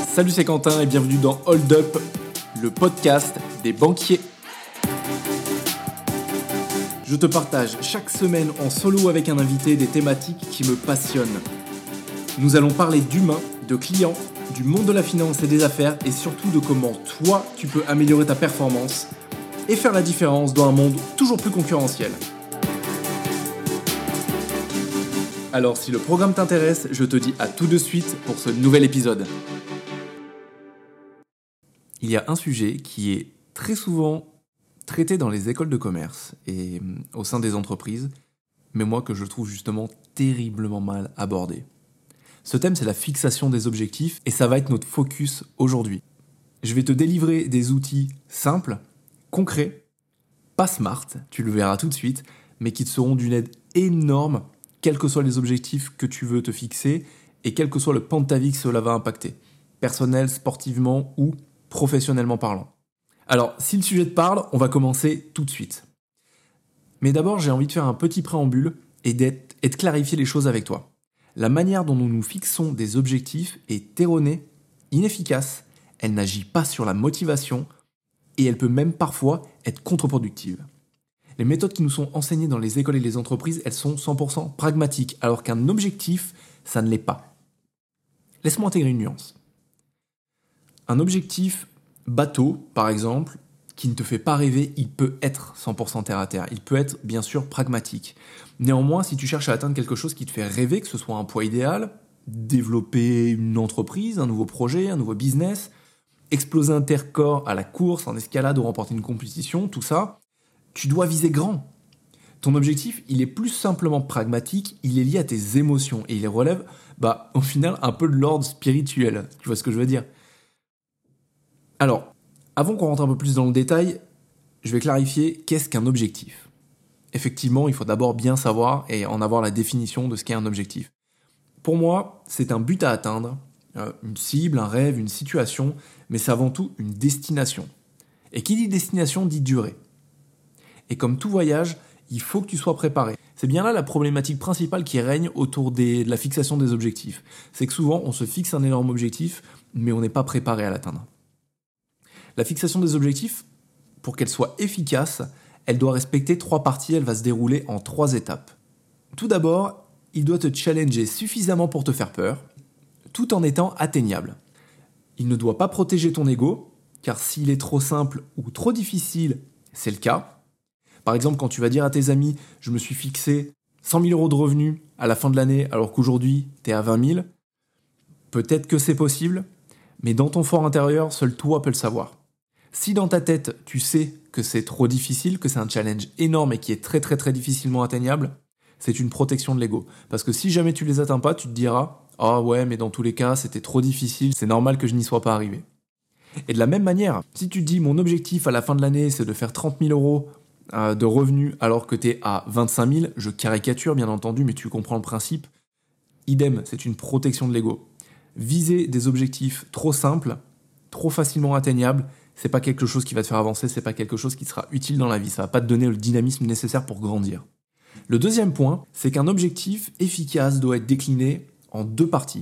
Salut, c'est Quentin et bienvenue dans Hold Up, le podcast des banquiers. Je te partage chaque semaine en solo avec un invité des thématiques qui me passionnent. Nous allons parler d'humains, de clients, du monde de la finance et des affaires et surtout de comment toi tu peux améliorer ta performance et faire la différence dans un monde toujours plus concurrentiel. Alors si le programme t'intéresse, je te dis à tout de suite pour ce nouvel épisode. Il y a un sujet qui est très souvent traité dans les écoles de commerce et au sein des entreprises, mais moi que je trouve justement terriblement mal abordé. Ce thème, c'est la fixation des objectifs et ça va être notre focus aujourd'hui. Je vais te délivrer des outils simples, concrets, pas smart, tu le verras tout de suite, mais qui te seront d'une aide énorme, quels que soient les objectifs que tu veux te fixer et quel que soit le pan de ta vie que cela va impacter, personnel, sportivement ou professionnellement parlant. Alors, si le sujet te parle, on va commencer tout de suite. Mais d'abord, j'ai envie de faire un petit préambule et de clarifier les choses avec toi. La manière dont nous nous fixons des objectifs est erronée, inefficace, elle n'agit pas sur la motivation et elle peut même parfois être contre-productive. Les méthodes qui nous sont enseignées dans les écoles et les entreprises, elles sont 100% pragmatiques, alors qu'un objectif, ça ne l'est pas. Laisse-moi intégrer une nuance. Un objectif bateau, par exemple, qui ne te fait pas rêver, il peut être 100% terre à terre. Il peut être, bien sûr, pragmatique. Néanmoins, si tu cherches à atteindre quelque chose qui te fait rêver, que ce soit un poids idéal, développer une entreprise, un nouveau projet, un nouveau business, exploser un record à la course, en escalade ou remporter une compétition, tout ça, tu dois viser grand. Ton objectif, il est plus simplement pragmatique, il est lié à tes émotions et il relève, au final, un peu de l'ordre spirituel. Tu vois ce que je veux dire ? Alors, avant qu'on rentre un peu plus dans le détail, je vais clarifier qu'est-ce qu'un objectif. Effectivement, il faut d'abord bien savoir et en avoir la définition de ce qu'est un objectif. Pour moi, c'est un but à atteindre, une cible, un rêve, une situation, mais c'est avant tout une destination. Et qui dit destination dit durée. Et comme tout voyage, il faut que tu sois préparé. C'est bien là la problématique principale qui règne autour de la fixation des objectifs. C'est que souvent, on se fixe un énorme objectif, mais on n'est pas préparé à l'atteindre. La fixation des objectifs, pour qu'elle soit efficace, elle doit respecter 3 parties, elle va se dérouler en 3 étapes. Tout d'abord, il doit te challenger suffisamment pour te faire peur, tout en étant atteignable. Il ne doit pas protéger ton ego, car s'il est trop simple ou trop difficile, c'est le cas. Par exemple, quand tu vas dire à tes amis « je me suis fixé 100 000 euros de revenus à la fin de l'année alors qu'aujourd'hui, tu es à 20 000 », peut-être que c'est possible, mais dans ton fort intérieur, seul toi peux le savoir. Si dans ta tête, tu sais que c'est trop difficile, que c'est un challenge énorme et qui est très très très difficilement atteignable, c'est une protection de l'ego. Parce que si jamais tu les atteins pas, tu te diras « ah ouais, mais dans tous les cas, c'était trop difficile, c'est normal que je n'y sois pas arrivé ». Et de la même manière, si tu te dis « mon objectif à la fin de l'année, c'est de faire 30 000 euros de revenus alors que tu es à 25 000 », je caricature bien entendu, mais tu comprends le principe, idem, c'est une protection de l'ego. Viser des objectifs trop simples, trop facilement atteignables, c'est pas quelque chose qui va te faire avancer, c'est pas quelque chose qui te sera utile dans la vie, ça va pas te donner le dynamisme nécessaire pour grandir. Le deuxième point, c'est qu'un objectif efficace doit être décliné en 2 parties.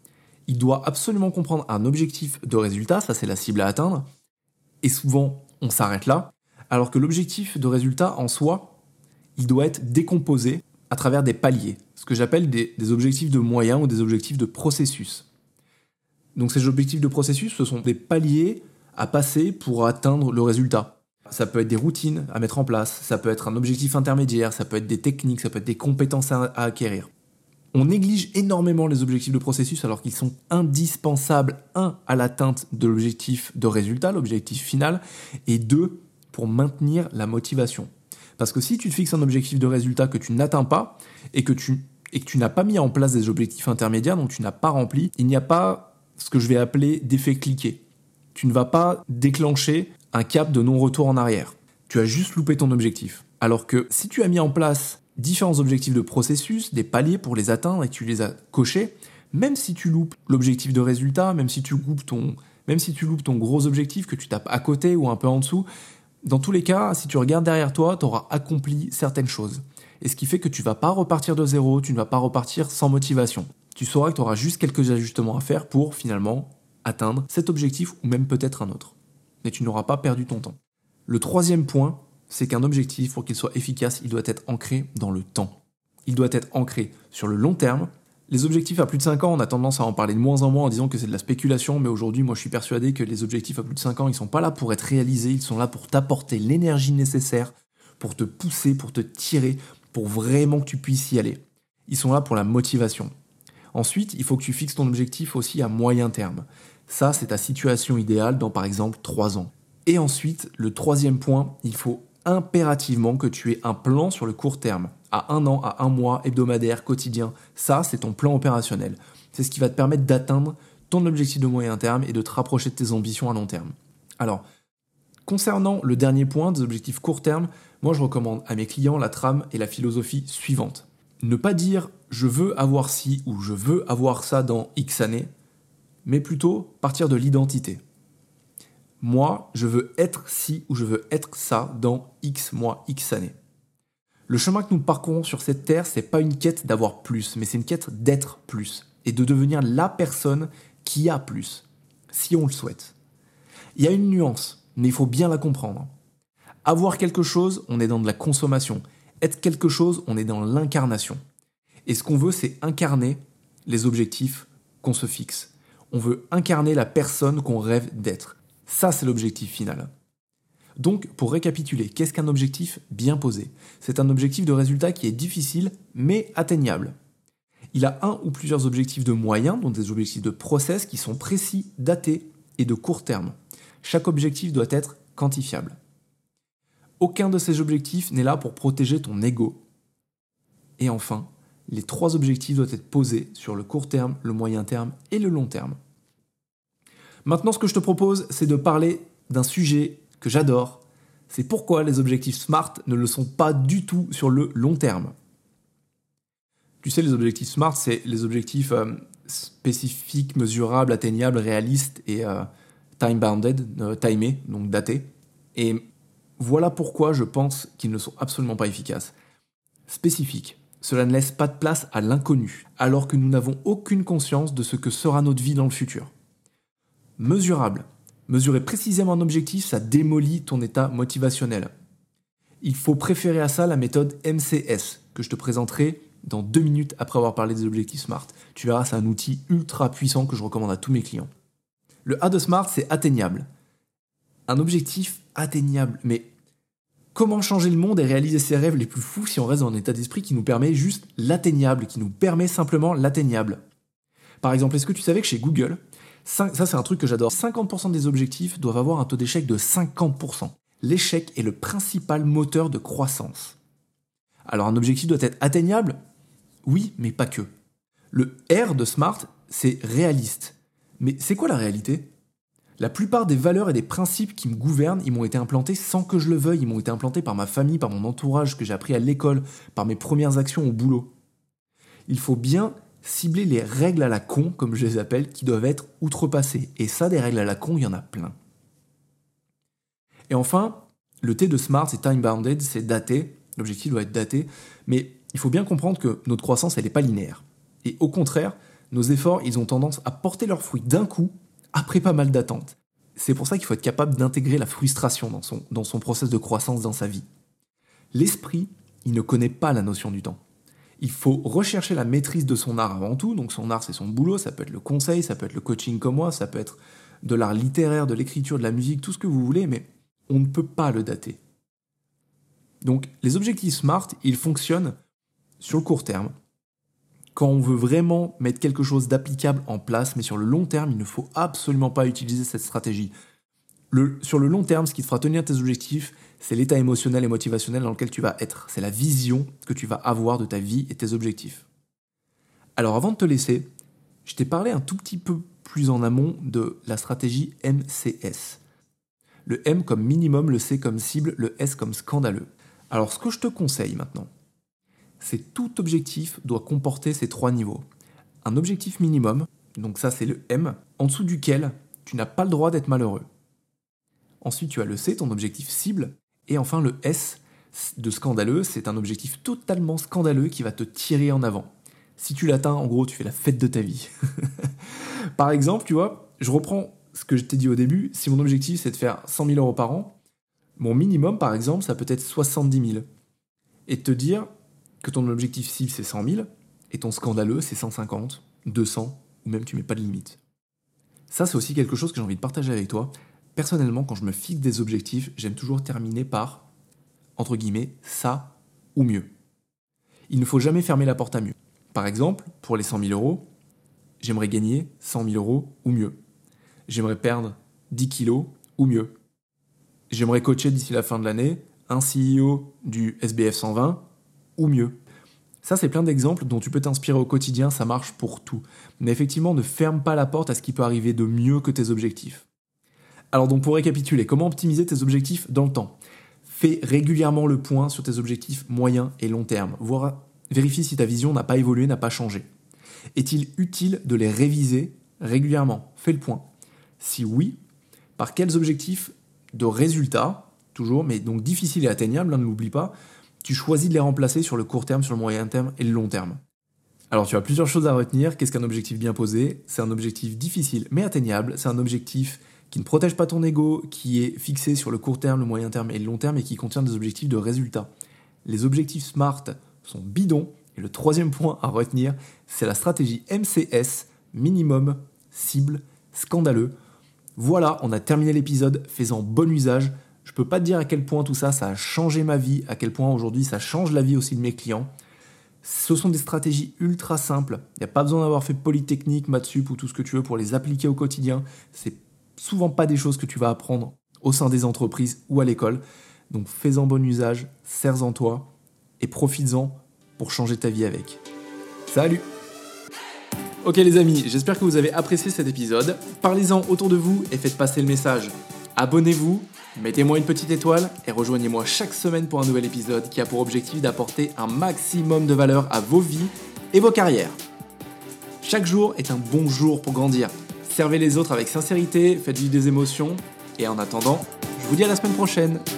Il doit absolument comprendre un objectif de résultat, ça c'est la cible à atteindre, et souvent on s'arrête là, alors que l'objectif de résultat en soi, il doit être décomposé à travers des paliers, ce que j'appelle des objectifs de moyens ou des objectifs de processus. Donc ces objectifs de processus, ce sont des paliers à passer pour atteindre le résultat. Ça peut être des routines à mettre en place, ça peut être un objectif intermédiaire, ça peut être des techniques, ça peut être des compétences à acquérir. On néglige énormément les objectifs de processus alors qu'ils sont indispensables, 1, à l'atteinte de l'objectif de résultat, l'objectif final, et 2, pour maintenir la motivation. Parce que si tu te fixes un objectif de résultat que tu n'atteins pas et que tu n'as pas mis en place des objectifs intermédiaires, donc tu n'as pas rempli, il n'y a pas ce que je vais appeler d'effet cliquet. Tu ne vas pas déclencher un cap de non-retour en arrière. Tu as juste loupé ton objectif. Alors que si tu as mis en place différents objectifs de processus, des paliers pour les atteindre et que tu les as cochés, même si tu loupes l'objectif de résultat, même si tu loupes ton gros objectif que tu tapes à côté ou un peu en dessous, dans tous les cas, si tu regardes derrière toi, tu auras accompli certaines choses. Et ce qui fait que tu ne vas pas repartir de zéro, tu ne vas pas repartir sans motivation. Tu sauras que tu auras juste quelques ajustements à faire pour finalement atteindre cet objectif ou même peut-être un autre. Mais tu n'auras pas perdu ton temps. Le troisième point, c'est qu'un objectif, pour qu'il soit efficace, il doit être ancré dans le temps. Il doit être ancré sur le long terme. Les objectifs à plus de 5 ans, on a tendance à en parler de moins en moins en disant que c'est de la spéculation, mais aujourd'hui, moi je suis persuadé que les objectifs à plus de 5 ans, ils sont pas là pour être réalisés, ils sont là pour t'apporter l'énergie nécessaire, pour te pousser, pour te tirer, pour vraiment que tu puisses y aller. Ils sont là pour la motivation. Ensuite, il faut que tu fixes ton objectif aussi à moyen terme. Ça, c'est ta situation idéale dans par exemple 3 ans. Et ensuite, le troisième point, il faut impérativement que tu aies un plan sur le court terme, à 1 an, à 1 mois, hebdomadaire, quotidien. Ça, c'est ton plan opérationnel. C'est ce qui va te permettre d'atteindre ton objectif de moyen terme et de te rapprocher de tes ambitions à long terme. Alors, concernant le dernier point, des objectifs court terme, moi je recommande à mes clients la trame et la philosophie suivante. Ne pas dire « je veux avoir ci » ou « je veux avoir ça dans X années », mais plutôt partir de l'identité. Moi, je veux être ci ou je veux être ça dans X mois, X années. Le chemin que nous parcourons sur cette terre, c'est pas une quête d'avoir plus, mais c'est une quête d'être plus et de devenir la personne qui a plus, si on le souhaite. Il y a une nuance, mais il faut bien la comprendre. Avoir quelque chose, on est dans de la consommation. Être quelque chose, on est dans l'incarnation. Et ce qu'on veut, c'est incarner les objectifs qu'on se fixe. On veut incarner la personne qu'on rêve d'être. Ça, c'est l'objectif final. Donc, pour récapituler, qu'est-ce qu'un objectif bien posé ? C'est un objectif de résultat qui est difficile, mais atteignable. Il a un ou plusieurs objectifs de moyens, donc des objectifs de process qui sont précis, datés et de court terme. Chaque objectif doit être quantifiable. Aucun de ces objectifs n'est là pour protéger ton ego. Et enfin, les 3 objectifs doivent être posés sur le court terme, le moyen terme et le long terme. Maintenant, ce que je te propose, c'est de parler d'un sujet que j'adore. C'est pourquoi les objectifs SMART ne le sont pas du tout sur le long terme. Tu sais, les objectifs SMART, c'est les objectifs spécifiques, mesurables, atteignables, réalistes et time-bounded, timés, donc datés. Et voilà pourquoi je pense qu'ils ne sont absolument pas efficaces. Spécifiques, cela ne laisse pas de place à l'inconnu, alors que nous n'avons aucune conscience de ce que sera notre vie dans le futur. Mesurable. Mesurer précisément un objectif, ça démolit ton état motivationnel. Il faut préférer à ça la méthode MCS, que je te présenterai dans 2 minutes après avoir parlé des objectifs SMART. Tu verras, c'est un outil ultra puissant que je recommande à tous mes clients. Le A de SMART, c'est atteignable. Un objectif atteignable. Mais comment changer le monde et réaliser ses rêves les plus fous si on reste dans un état d'esprit qui nous permet juste l'atteignable, qui nous permet simplement l'atteignable ? Par exemple, est-ce que tu savais que chez Google, ça c'est un truc que j'adore, 50% des objectifs doivent avoir un taux d'échec de 50%. L'échec est le principal moteur de croissance. Alors un objectif doit être atteignable ? Oui, mais pas que. Le R de SMART, c'est réaliste. Mais c'est quoi la réalité ? La plupart des valeurs et des principes qui me gouvernent, ils m'ont été implantés sans que je le veuille. Ils m'ont été implantés par ma famille, par mon entourage, que j'ai appris à l'école, par mes premières actions au boulot. Il faut bien cibler les règles à la con, comme je les appelle, qui doivent être outrepassées. Et ça, des règles à la con, il y en a plein. Et enfin, le T de SMART, c'est time-bounded, c'est daté. L'objectif doit être daté. Mais il faut bien comprendre que notre croissance, elle n'est pas linéaire. Et au contraire, nos efforts, ils ont tendance à porter leurs fruits d'un coup, après pas mal d'attentes. C'est pour ça qu'il faut être capable d'intégrer la frustration dans son process de croissance dans sa vie. L'esprit, il ne connaît pas la notion du temps. Il faut rechercher la maîtrise de son art avant tout. Donc son art, c'est son boulot, ça peut être le conseil, ça peut être le coaching comme moi, ça peut être de l'art littéraire, de l'écriture, de la musique, tout ce que vous voulez, mais on ne peut pas le dater. Donc les objectifs SMART, ils fonctionnent sur le court terme. Quand on veut vraiment mettre quelque chose d'applicable en place, mais sur le long terme, il ne faut absolument pas utiliser cette stratégie. Sur le long terme, ce qui te fera tenir tes objectifs, c'est l'état émotionnel et motivationnel dans lequel tu vas être. C'est la vision que tu vas avoir de ta vie et tes objectifs. Alors avant de te laisser, je t'ai parlé un tout petit peu plus en amont de la stratégie MCS. Le M comme minimum, le C comme cible, le S comme scandaleux. Alors ce que je te conseille maintenant, c'est tout objectif doit comporter ces 3 niveaux. Un objectif minimum, donc ça c'est le M, en dessous duquel tu n'as pas le droit d'être malheureux. Ensuite tu as le C, ton objectif cible, et enfin le S de scandaleux, c'est un objectif totalement scandaleux qui va te tirer en avant. Si tu l'atteins, en gros, tu fais la fête de ta vie. Par exemple, tu vois, je reprends ce que je t'ai dit au début. Si mon objectif, c'est de faire 100 000 euros par an, mon minimum, par exemple, ça peut être 70 000. Et te dire que ton objectif cible, c'est 100 000, et ton scandaleux, c'est 150, 200, ou même tu mets pas de limite. Ça, c'est aussi quelque chose que j'ai envie de partager avec toi. Personnellement, quand je me fixe des objectifs, j'aime toujours terminer par, entre guillemets, ça ou mieux. Il ne faut jamais fermer la porte à mieux. Par exemple, pour les 100 000 euros, j'aimerais gagner 100 000 euros ou mieux. J'aimerais perdre 10 kilos ou mieux. J'aimerais coacher d'ici la fin de l'année un CEO du SBF 120 ou mieux. Ça, c'est plein d'exemples dont tu peux t'inspirer au quotidien, ça marche pour tout. Mais effectivement, ne ferme pas la porte à ce qui peut arriver de mieux que tes objectifs. Alors donc pour récapituler, comment optimiser tes objectifs dans le temps ? Fais régulièrement le point sur tes objectifs moyen et long terme. Vérifie si ta vision n'a pas évolué, n'a pas changé. Est-il utile de les réviser régulièrement ? Fais le point. Si oui, par quels objectifs de résultats, toujours, mais donc difficiles et atteignables, ne l'oublie pas, tu choisis de les remplacer sur le court terme, sur le moyen terme et le long terme. Alors tu as plusieurs choses à retenir. Qu'est-ce qu'un objectif bien posé ? C'est un objectif difficile mais atteignable. C'est un objectif qui ne protège pas ton ego, qui est fixé sur le court terme, le moyen terme et le long terme et qui contient des objectifs de résultats. Les objectifs SMART sont bidons. Et le troisième point à retenir, c'est la stratégie MCS, minimum, cible, scandaleux. Voilà, on a terminé l'épisode, fais-en bon usage. Je peux pas te dire à quel point tout ça, ça a changé ma vie, à quel point aujourd'hui ça change la vie aussi de mes clients. Ce sont des stratégies ultra simples. Il n'y a pas besoin d'avoir fait Polytechnique, Mathsup ou tout ce que tu veux pour les appliquer au quotidien. C'est souvent pas des choses que tu vas apprendre au sein des entreprises ou à l'école. Donc fais-en bon usage, sers-en toi et profites-en pour changer ta vie avec. Salut! Ok les amis, j'espère que vous avez apprécié cet épisode. Parlez-en autour de vous et faites passer le message. Abonnez-vous, mettez-moi une petite étoile et rejoignez-moi chaque semaine pour un nouvel épisode qui a pour objectif d'apporter un maximum de valeur à vos vies et vos carrières. Chaque jour est un bon jour pour grandir. Servez les autres avec sincérité, faites vivre des émotions et en attendant, je vous dis à la semaine prochaine.